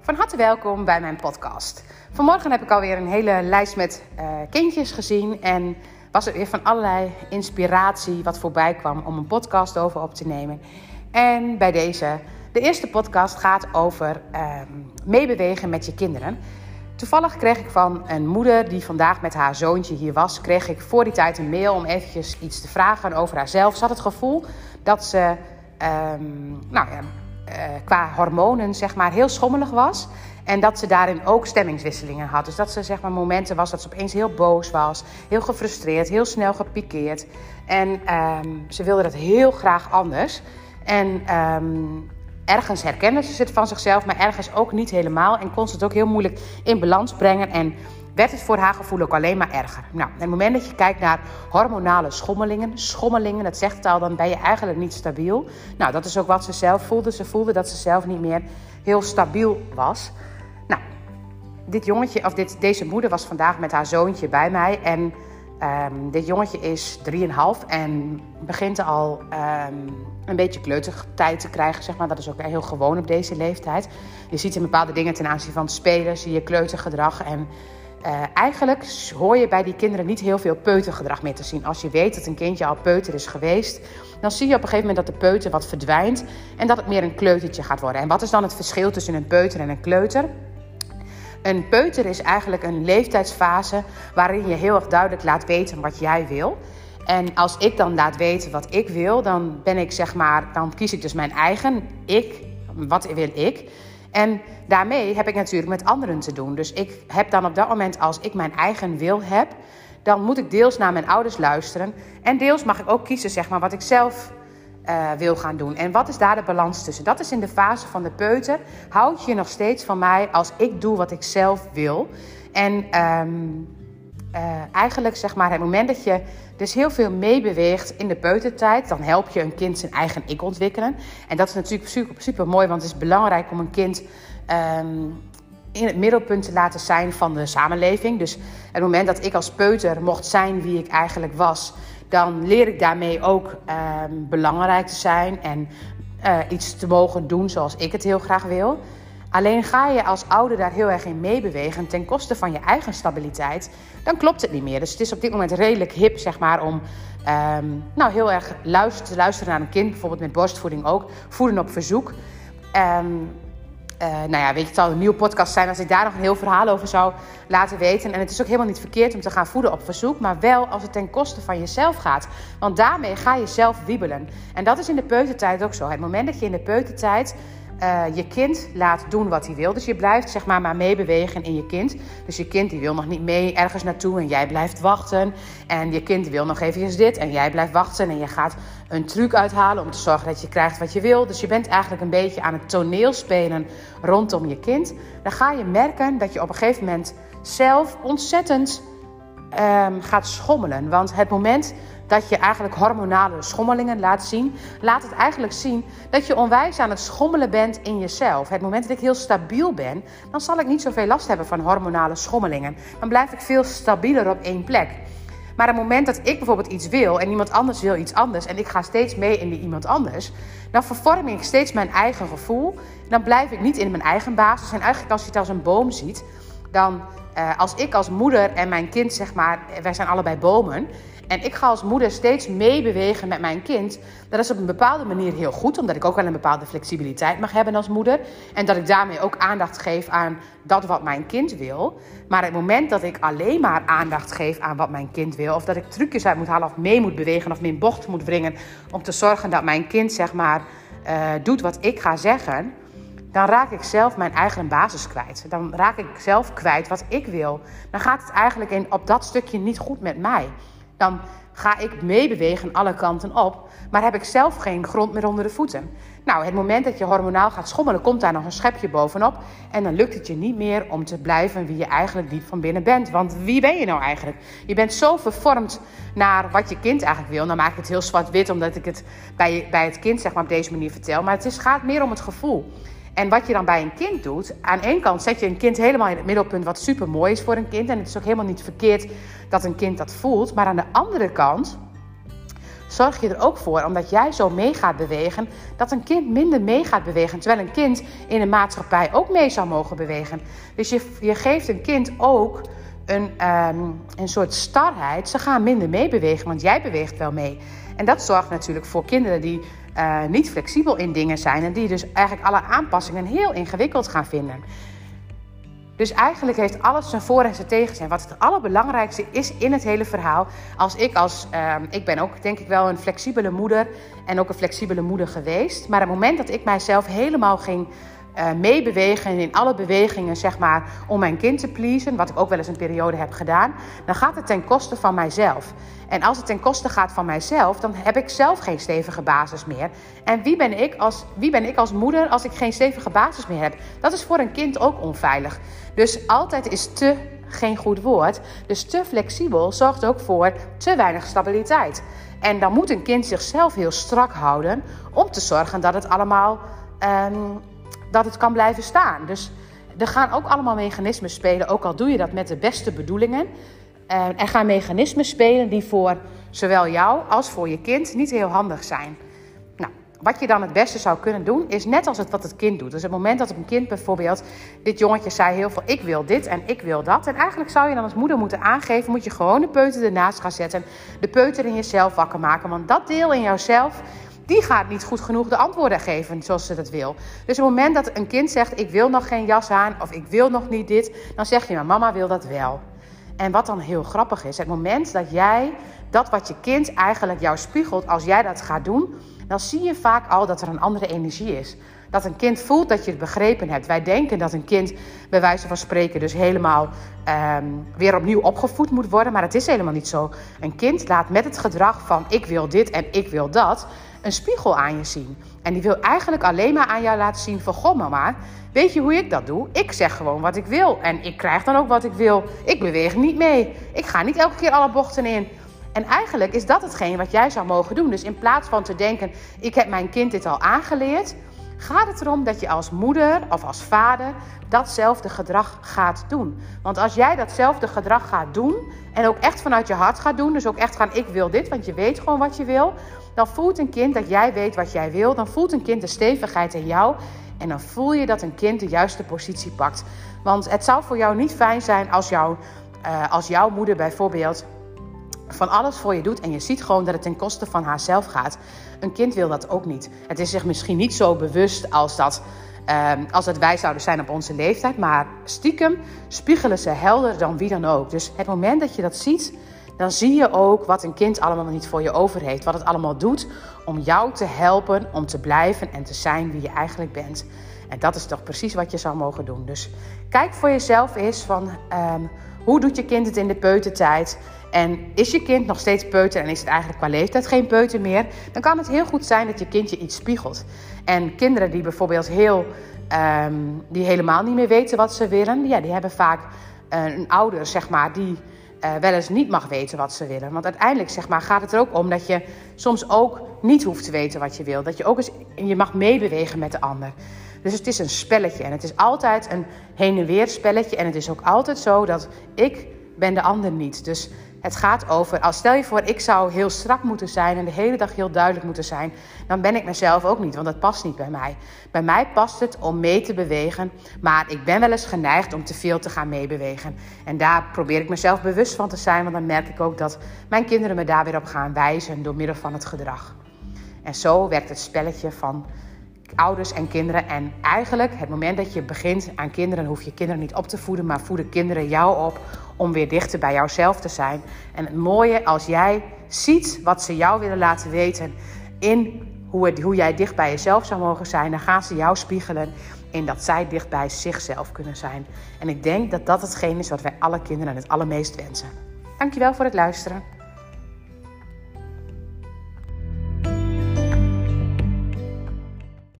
Van harte welkom bij mijn podcast. Vanmorgen heb ik alweer een hele lijst met kindjes gezien en was er weer van allerlei inspiratie wat voorbij kwam om een podcast over op te nemen. En bij de eerste podcast gaat over meebewegen met je kinderen. Toevallig kreeg ik van een moeder die vandaag met haar zoontje hier was, kreeg ik voor die tijd een mail om eventjes iets te vragen over haarzelf. Ze had het gevoel dat ze qua hormonen heel schommelig was. En dat ze daarin ook stemmingswisselingen had. Dus dat ze momenten was dat ze opeens heel boos was. Heel gefrustreerd, heel snel gepikeerd. En ze wilde dat heel graag anders. En ergens herkende ze het van zichzelf, maar ergens ook niet helemaal. En kon ze het ook heel moeilijk in balans brengen. En werd het voor haar gevoel ook alleen maar erger. Nou, op het moment dat je kijkt naar hormonale schommelingen, dat zegt het al, dan ben je eigenlijk niet stabiel. Nou, dat is ook wat ze zelf voelde. Ze voelde dat ze zelf niet meer heel stabiel was. Nou, deze moeder was vandaag met haar zoontje bij mij. En dit jongetje is 3,5 en begint al een beetje kleutertijd te krijgen. Dat is ook heel gewoon op deze leeftijd. Je ziet in bepaalde dingen ten aanzien van het spelen, zie je kleutergedrag. En eigenlijk hoor je bij die kinderen niet heel veel peutergedrag meer te zien. Als je weet dat een kindje al peuter is geweest, dan zie je op een gegeven moment dat de peuter wat verdwijnt en dat het meer een kleutertje gaat worden. En wat is dan het verschil tussen een peuter en een kleuter? Een peuter is eigenlijk een leeftijdsfase waarin je heel erg duidelijk laat weten wat jij wil. En als ik dan laat weten wat ik wil, dan dan kies ik dus mijn eigen wat wil ik. En daarmee heb ik natuurlijk met anderen te doen. Dus ik heb dan op dat moment, als ik mijn eigen wil heb, dan moet ik deels naar mijn ouders luisteren. En deels mag ik ook kiezen wat ik zelf wil gaan doen. En wat is daar de balans tussen? Dat is in de fase van de peuter. Houd je nog steeds van mij als ik doe wat ik zelf wil. En het moment dat je dus heel veel meebeweegt in de peutertijd, dan help je een kind zijn eigen ik ontwikkelen. En dat is natuurlijk super, super mooi, want het is belangrijk om een kind in het middelpunt te laten zijn van de samenleving. Dus het moment dat ik als peuter mocht zijn wie ik eigenlijk was, dan leer ik daarmee ook belangrijk te zijn en iets te mogen doen zoals ik het heel graag wil. Alleen ga je als ouder daar heel erg in meebewegen ten koste van je eigen stabiliteit, dan klopt het niet meer. Dus het is op dit moment redelijk hip om heel erg te luisteren naar een kind. Bijvoorbeeld met borstvoeding ook. Voeden op verzoek. Het zal een nieuwe podcast zijn als ik daar nog een heel verhaal over zou laten weten. En het is ook helemaal niet verkeerd om te gaan voeden op verzoek, maar wel als het ten koste van jezelf gaat. Want daarmee ga je zelf wiebelen. En dat is in de peutertijd ook zo. Het moment dat je in de peutertijd je kind laat doen wat hij wil. Dus je blijft maar meebewegen in je kind. Dus je kind die wil nog niet mee ergens naartoe en jij blijft wachten. En je kind wil nog eventjes dit en jij blijft wachten. En je gaat een truc uithalen om te zorgen dat je krijgt wat je wil. Dus je bent eigenlijk een beetje aan het toneel spelen rondom je kind. Dan ga je merken dat je op een gegeven moment zelf ontzettend gaat schommelen. Want het moment dat je eigenlijk hormonale schommelingen laat zien, laat het eigenlijk zien dat je onwijs aan het schommelen bent in jezelf. Het moment dat ik heel stabiel ben, dan zal ik niet zoveel last hebben van hormonale schommelingen. Dan blijf ik veel stabieler op één plek. Maar op het moment dat ik bijvoorbeeld iets wil en iemand anders wil iets anders en ik ga steeds mee in die iemand anders, dan vervorm ik steeds mijn eigen gevoel. Dan blijf ik niet in mijn eigen basis. En eigenlijk als je het als een boom ziet, dan als ik als moeder en mijn kind wij zijn allebei bomen. En ik ga als moeder steeds meebewegen met mijn kind. Dat is op een bepaalde manier heel goed, omdat ik ook wel een bepaalde flexibiliteit mag hebben als moeder. En dat ik daarmee ook aandacht geef aan dat wat mijn kind wil. Maar het moment dat ik alleen maar aandacht geef aan wat mijn kind wil, of dat ik trucjes uit moet halen of mee moet bewegen of me in bocht moet wringen om te zorgen dat mijn kind doet wat ik ga zeggen, dan raak ik zelf mijn eigen basis kwijt. Dan raak ik zelf kwijt wat ik wil. Dan gaat het eigenlijk op dat stukje niet goed met mij. Dan ga ik meebewegen alle kanten op, maar heb ik zelf geen grond meer onder de voeten. Nou, het moment dat je hormonaal gaat schommelen, komt daar nog een schepje bovenop. En dan lukt het je niet meer om te blijven wie je eigenlijk diep van binnen bent. Want wie ben je nou eigenlijk? Je bent zo vervormd naar wat je kind eigenlijk wil. Dan maak ik het heel zwart-wit, omdat ik het bij het kind op deze manier vertel. Maar het gaat meer om het gevoel. En wat je dan bij een kind doet, aan één kant zet je een kind helemaal in het middelpunt, wat super mooi is voor een kind. En het is ook helemaal niet verkeerd dat een kind dat voelt. Maar aan de andere kant zorg je er ook voor, omdat jij zo mee gaat bewegen, dat een kind minder mee gaat bewegen. Terwijl een kind in een maatschappij ook mee zou mogen bewegen. Dus je geeft een kind ook een soort starheid. Ze gaan minder meebewegen, want jij beweegt wel mee. En dat zorgt natuurlijk voor kinderen die niet flexibel in dingen zijn. En die dus eigenlijk alle aanpassingen heel ingewikkeld gaan vinden. Dus eigenlijk heeft alles zijn voor- en zijn tegen zijn. Wat het allerbelangrijkste is in het hele verhaal. Ik ben ook denk ik wel een flexibele moeder. En ook een flexibele moeder geweest. Maar op het moment dat ik mijzelf helemaal ging meebewegen. En in alle bewegingen zeg maar om mijn kind te pleasen. Wat ik ook wel eens een periode heb gedaan. Dan gaat het ten koste van mijzelf. En als het ten koste gaat van mijzelf, dan heb ik zelf geen stevige basis meer. En wie ben ik als moeder als ik geen stevige basis meer heb? Dat is voor een kind ook onveilig. Dus altijd is te geen goed woord. Dus te flexibel zorgt ook voor te weinig stabiliteit. En dan moet een kind zichzelf heel strak houden om te zorgen dat het allemaal dat het kan blijven staan. Dus er gaan ook allemaal mechanismen spelen, ook al doe je dat met de beste bedoelingen. Er gaan mechanismen spelen die voor zowel jou als voor je kind niet heel handig zijn. Nou, wat je dan het beste zou kunnen doen, is net als wat het kind doet. Dus op het moment dat een kind bijvoorbeeld, dit jongetje zei heel veel, ik wil dit en ik wil dat. En eigenlijk zou je dan als moeder moeten aangeven, moet je gewoon de peuter ernaast gaan zetten. De peuter in jezelf wakker maken. Want dat deel in jouzelf, die gaat niet goed genoeg de antwoorden geven zoals ze dat wil. Dus op het moment dat een kind zegt, ik wil nog geen jas aan of ik wil nog niet dit, dan zeg je, maar mama wil dat wel. En wat dan heel grappig is, het moment dat jij dat wat je kind eigenlijk jou spiegelt, als jij dat gaat doen, dan zie je vaak al dat er een andere energie is. Dat een kind voelt dat je het begrepen hebt. Wij denken dat een kind bij wijze van spreken dus helemaal weer opnieuw opgevoed moet worden. Maar dat is helemaal niet zo. Een kind laat met het gedrag van ik wil dit en ik wil dat een spiegel aan je zien. En die wil eigenlijk alleen maar aan jou laten zien van, goh mama, weet je hoe ik dat doe? Ik zeg gewoon wat ik wil en ik krijg dan ook wat ik wil. Ik beweeg niet mee. Ik ga niet elke keer alle bochten in. En eigenlijk is dat hetgeen wat jij zou mogen doen. Dus in plaats van te denken, ik heb mijn kind dit al aangeleerd, gaat het erom dat je als moeder of als vader datzelfde gedrag gaat doen. Want als jij datzelfde gedrag gaat doen en ook echt vanuit je hart gaat doen, dus ook echt gaan, ik wil dit, want je weet gewoon wat je wil, dan voelt een kind dat jij weet wat jij wil. Dan voelt een kind de stevigheid in jou en dan voel je dat een kind de juiste positie pakt. Want het zou voor jou niet fijn zijn als jouw moeder bijvoorbeeld van alles voor je doet en je ziet gewoon dat het ten koste van haarzelf gaat. Een kind wil dat ook niet. Het is zich misschien niet zo bewust als dat wij zouden zijn op onze leeftijd, maar stiekem spiegelen ze helder dan wie dan ook. Dus het moment dat je dat ziet, dan zie je ook wat een kind allemaal niet voor je over heeft. Wat het allemaal doet om jou te helpen om te blijven en te zijn wie je eigenlijk bent. En dat is toch precies wat je zou mogen doen. Dus kijk voor jezelf eens van hoe doet je kind het in de peutertijd? En is je kind nog steeds peuter en is het eigenlijk qua leeftijd geen peuter meer? Dan kan het heel goed zijn dat je kindje iets spiegelt. En kinderen die bijvoorbeeld die helemaal niet meer weten wat ze willen, ja, die hebben vaak een ouder, zeg maar, die wel eens niet mag weten wat ze willen. Want uiteindelijk, zeg maar, gaat het er ook om dat je soms ook niet hoeft te weten wat je wil. Dat je ook eens, je mag meebewegen met de ander. Dus het is een spelletje en het is altijd een heen en weer spelletje. En het is ook altijd zo dat ik ben de ander niet. Dus het gaat over, stel je voor ik zou heel strak moeten zijn en de hele dag heel duidelijk moeten zijn, dan ben ik mezelf ook niet, want dat past niet bij mij. Bij mij past het om mee te bewegen, maar ik ben wel eens geneigd om te veel te gaan meebewegen. En daar probeer ik mezelf bewust van te zijn, want dan merk ik ook dat mijn kinderen me daar weer op gaan wijzen door middel van het gedrag. En zo werkt het spelletje van ouders en kinderen. En eigenlijk, het moment dat je begint aan kinderen, hoef je kinderen niet op te voeden, maar voeden kinderen jou op om weer dichter bij jouzelf te zijn. En het mooie, als jij ziet wat ze jou willen laten weten in hoe jij dicht bij jezelf zou mogen zijn, dan gaan ze jou spiegelen in dat zij dicht bij zichzelf kunnen zijn. En ik denk dat dat hetgeen is wat wij alle kinderen het allermeest wensen. Dankjewel voor het luisteren.